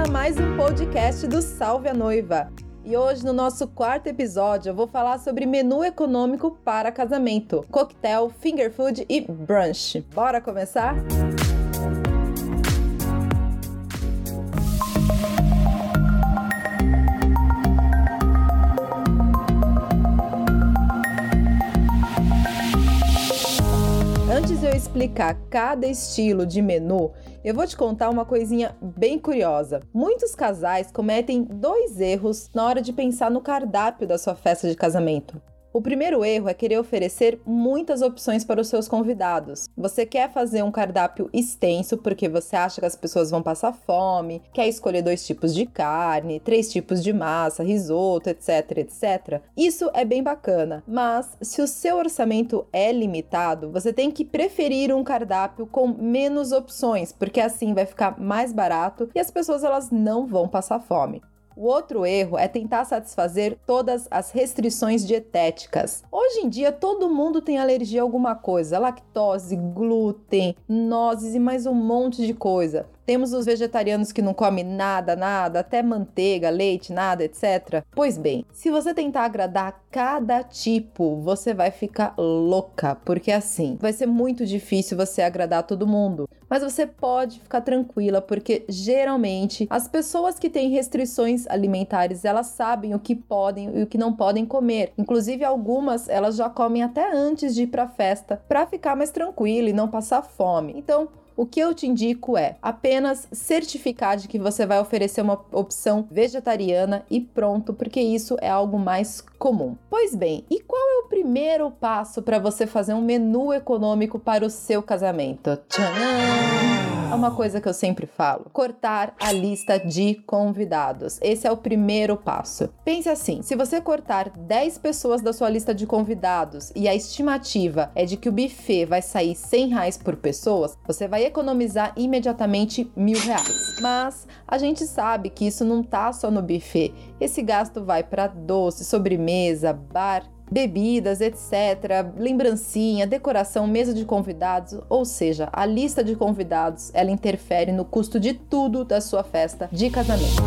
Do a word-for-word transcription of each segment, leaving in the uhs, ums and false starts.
mais um podcast do Salve a Noiva. E hoje, no nosso quarto episódio, eu vou falar sobre menu econômico para casamento, coquetel, finger food e brunch. Bora começar? Antes de eu explicar cada estilo de menu, eu vou te contar uma coisinha bem curiosa. Muitos casais cometem dois erros na hora de pensar no cardápio da sua festa de casamento. O primeiro erro é querer oferecer muitas opções para os seus convidados. Você quer fazer um cardápio extenso porque você acha que as pessoas vão passar fome, quer escolher dois tipos de carne, três tipos de massa, risoto, etc, etcétera. Isso é bem bacana, mas se o seu orçamento é limitado, você tem que preferir um cardápio com menos opções, porque assim vai ficar mais barato e as pessoas elas não vão passar fome. O outro erro é tentar satisfazer todas as restrições dietéticas. Hoje em dia, todo mundo tem alergia a alguma coisa, lactose, glúten, nozes e mais um monte de coisa. Temos os vegetarianos que não comem nada, nada, até manteiga, leite, nada, etcétera. Pois bem, se você tentar agradar cada tipo, você vai ficar louca, porque assim, vai ser muito difícil você agradar todo mundo. Mas você pode ficar tranquila, porque geralmente as pessoas que têm restrições alimentares, elas sabem o que podem e o que não podem comer. Inclusive, algumas, elas já comem até antes de ir para a festa, para ficar mais tranquila e não passar fome. Então, o que eu te indico é apenas certificar de que você vai oferecer uma opção vegetariana e pronto, porque isso é algo mais comum. Pois bem, e qual é o primeiro passo para você fazer um menu econômico para o seu casamento? Tcharam! É uma coisa que eu sempre falo: cortar a lista de convidados. Esse é o primeiro passo. Pense assim, se você cortar dez pessoas da sua lista de convidados e a estimativa é de que o buffet vai sair cem reais por pessoa, você vai economizar imediatamente mil reais. Mas a gente sabe que isso não tá só no buffet. Esse gasto vai para doce, sobremesa, bar, bebidas, etcétera, lembrancinha, decoração, mesa de convidados, ou seja, a lista de convidados, ela interfere no custo de tudo da sua festa de casamento.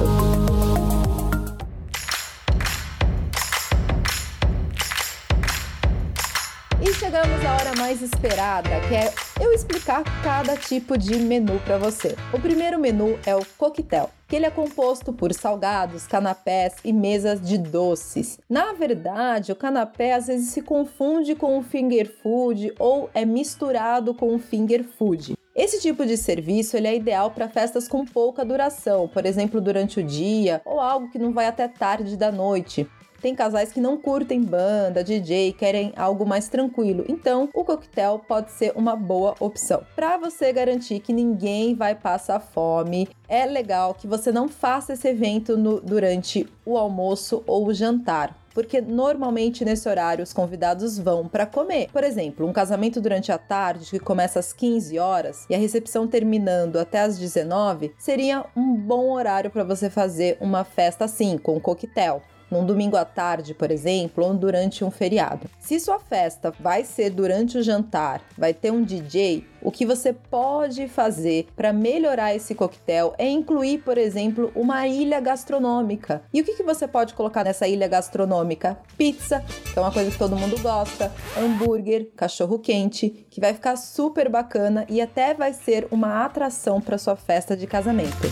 E chegamos à hora mais esperada, que é eu explicar cada tipo de menu para você. O primeiro menu é o coquetel, que ele é composto por salgados, canapés e mesas de doces. Na verdade, o canapé às vezes se confunde com o finger food ou é misturado com o finger food. Esse tipo de serviço ele é ideal para festas com pouca duração, por exemplo, durante o dia ou algo que não vai até tarde da noite. Tem casais que não curtem banda, D J, querem algo mais tranquilo. Então, o coquetel pode ser uma boa opção. Para você garantir que ninguém vai passar fome, é legal que você não faça esse evento no, durante o almoço ou o jantar, porque normalmente nesse horário os convidados vão para comer. Por exemplo, um casamento durante a tarde que começa às quinze horas e a recepção terminando até às dezenove, seria um bom horário para você fazer uma festa assim, com coquetel. Num domingo à tarde, por exemplo, ou durante um feriado. Se sua festa vai ser durante o jantar, vai ter um D J, o que você pode fazer para melhorar esse coquetel é incluir, por exemplo, uma ilha gastronômica. E o que, que você pode colocar nessa ilha gastronômica? Pizza, que é uma coisa que todo mundo gosta, hambúrguer, cachorro-quente, que vai ficar super bacana e até vai ser uma atração para sua festa de casamento.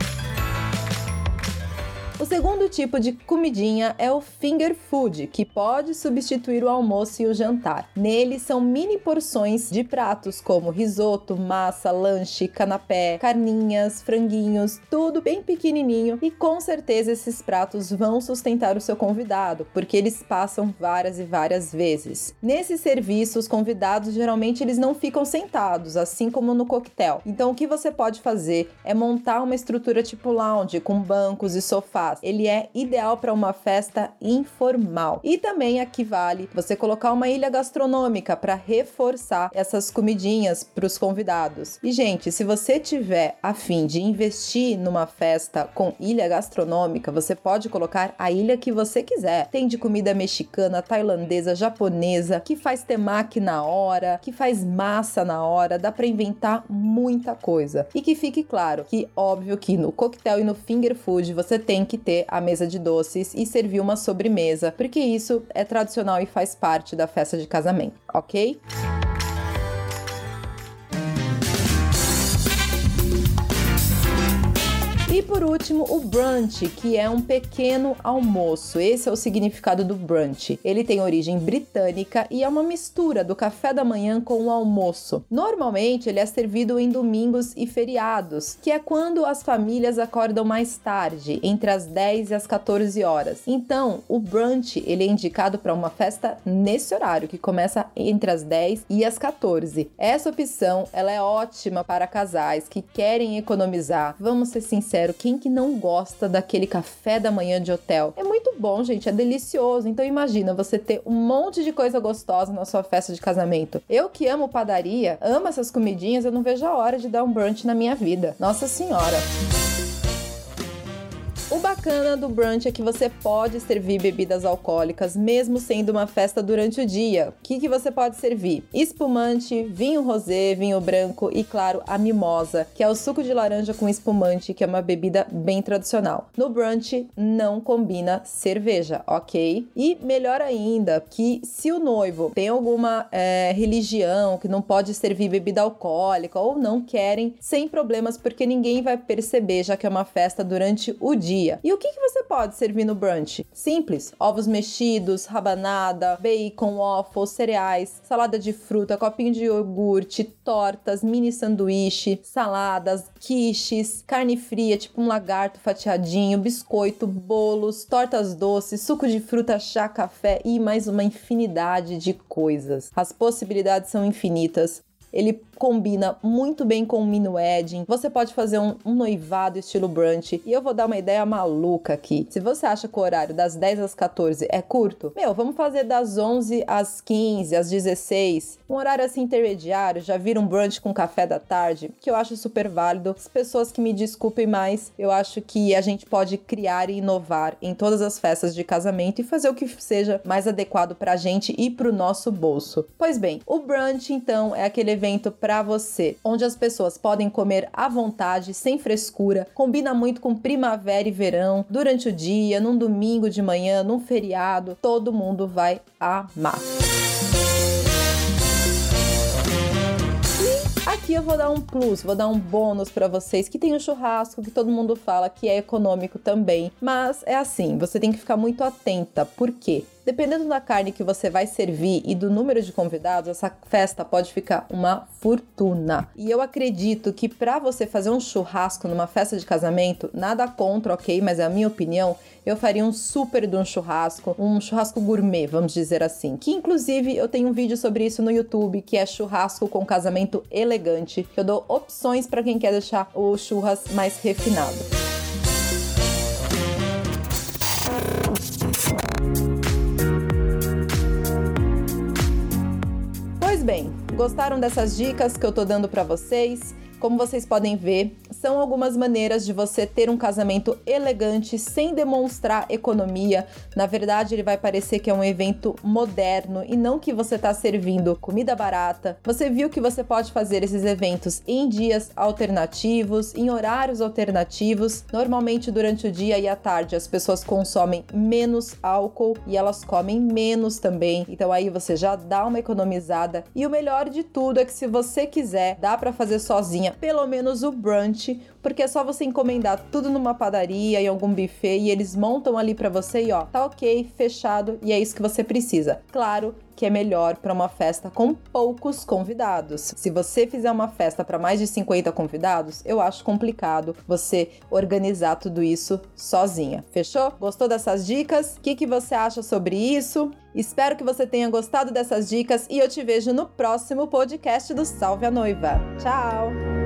O segundo tipo de comidinha é o finger food, que pode substituir o almoço e o jantar. Nele são mini porções de pratos como risoto, massa, lanche, canapé, carninhas, franguinhos, tudo bem pequenininho e com certeza esses pratos vão sustentar o seu convidado, porque eles passam várias e várias vezes. Nesse serviço, os convidados geralmente eles não ficam sentados, assim como no coquetel. Então o que você pode fazer é montar uma estrutura tipo lounge com bancos e sofás. faz? Ele é ideal para uma festa informal. E também aqui vale você colocar uma ilha gastronômica para reforçar essas comidinhas para os convidados. E, gente, se você tiver a fim de investir numa festa com ilha gastronômica, você pode colocar a ilha que você quiser. Tem de comida mexicana, tailandesa, japonesa, que faz temaki na hora, que faz massa na hora, dá para inventar muita coisa. E que fique claro que, óbvio que no coquetel e no finger food você tem que ter a mesa de doces e servir uma sobremesa, porque isso é tradicional e faz parte da festa de casamento, ok? E por último, o brunch, que é um pequeno almoço. Esse é o significado do brunch. Ele tem origem britânica e é uma mistura do café da manhã com o almoço. Normalmente, ele é servido em domingos e feriados, que é quando as famílias acordam mais tarde, entre as dez e as quatorze horas. Então, o brunch, ele é indicado para uma festa nesse horário, que começa entre as dez e as quatorze. Essa opção, ela é ótima para casais que querem economizar. Vamos ser sinceros, quem que não gosta daquele café da manhã de hotel? É muito bom, gente, é delicioso. Então imagina você ter um monte de coisa gostosa na sua festa de casamento. Eu que amo padaria, amo essas comidinhas, eu não vejo a hora de dar um brunch na minha vida. Nossa Senhora! O bacana do brunch é que você pode servir bebidas alcoólicas mesmo sendo uma festa durante o dia. O que, que você pode servir? Espumante, vinho rosé, vinho branco e, claro, a mimosa, que é o suco de laranja com espumante, que é uma bebida bem tradicional. No brunch não combina cerveja, ok? E melhor ainda, que se o noivo tem alguma é, religião que não pode servir bebida alcoólica ou não querem, sem problemas, porque ninguém vai perceber, já que é uma festa durante o dia. E o que, que você pode servir no brunch? Simples, ovos mexidos, rabanada, bacon, waffles, cereais, salada de fruta, copinho de iogurte, tortas, mini sanduíche, saladas, quiches, carne fria, tipo um lagarto fatiadinho, biscoito, bolos, tortas doces, suco de fruta, chá, café e mais uma infinidade de coisas. As possibilidades são infinitas. Ele combina muito bem com o mini wedding. Você pode fazer um, um noivado estilo brunch. E eu vou dar uma ideia maluca aqui. Se você acha que o horário das dez às quatorze é curto, meu, vamos fazer das onze às quinze, às dezesseis. Um horário assim intermediário, já vira um brunch com café da tarde, que eu acho super válido. As pessoas que me desculpem mais, eu acho que a gente pode criar e inovar em todas as festas de casamento e fazer o que seja mais adequado pra gente e pro nosso bolso. Pois bem, o brunch, então, é aquele evento para você, onde as pessoas podem comer à vontade, sem frescura, combina muito com primavera e verão, durante o dia, num domingo de manhã, num feriado, todo mundo vai amar. Aqui eu vou dar um plus, vou dar um bônus para vocês, que tem o churrasco, que todo mundo fala que é econômico também, mas é assim, você tem que ficar muito atenta, por quê? Dependendo da carne que você vai servir e do número de convidados, essa festa pode ficar uma fortuna. E eu acredito que para você fazer um churrasco numa festa de casamento, nada contra, ok? Mas é a minha opinião, eu faria um super de um churrasco, um churrasco gourmet, vamos dizer assim. Que inclusive eu tenho um vídeo sobre isso no YouTube, que é churrasco com casamento elegante, que eu dou opções para quem quer deixar o churras mais refinado. Pois bem, gostaram dessas dicas que eu tô dando para vocês? Como vocês podem ver, são algumas maneiras de você ter um casamento elegante sem demonstrar economia. Na verdade, ele vai parecer que é um evento moderno e não que você está servindo comida barata. Você viu que você pode fazer esses eventos em dias alternativos, em horários alternativos. Normalmente, durante o dia e à tarde, as pessoas consomem menos álcool e elas comem menos também. Então aí você já dá uma economizada. E o melhor de tudo é que se você quiser, dá para fazer sozinha pelo menos o brunch, porque é só você encomendar tudo numa padaria, em algum buffet, e eles montam ali pra você e ó, tá ok, fechado, e é isso que você precisa. Claro que é melhor para uma festa com poucos convidados. Se você fizer uma festa para mais de cinquenta convidados, eu acho complicado você organizar tudo isso sozinha. Fechou? Gostou dessas dicas? O que, que você acha sobre isso? Espero que você tenha gostado dessas dicas e eu te vejo no próximo podcast do Salve a Noiva. Tchau!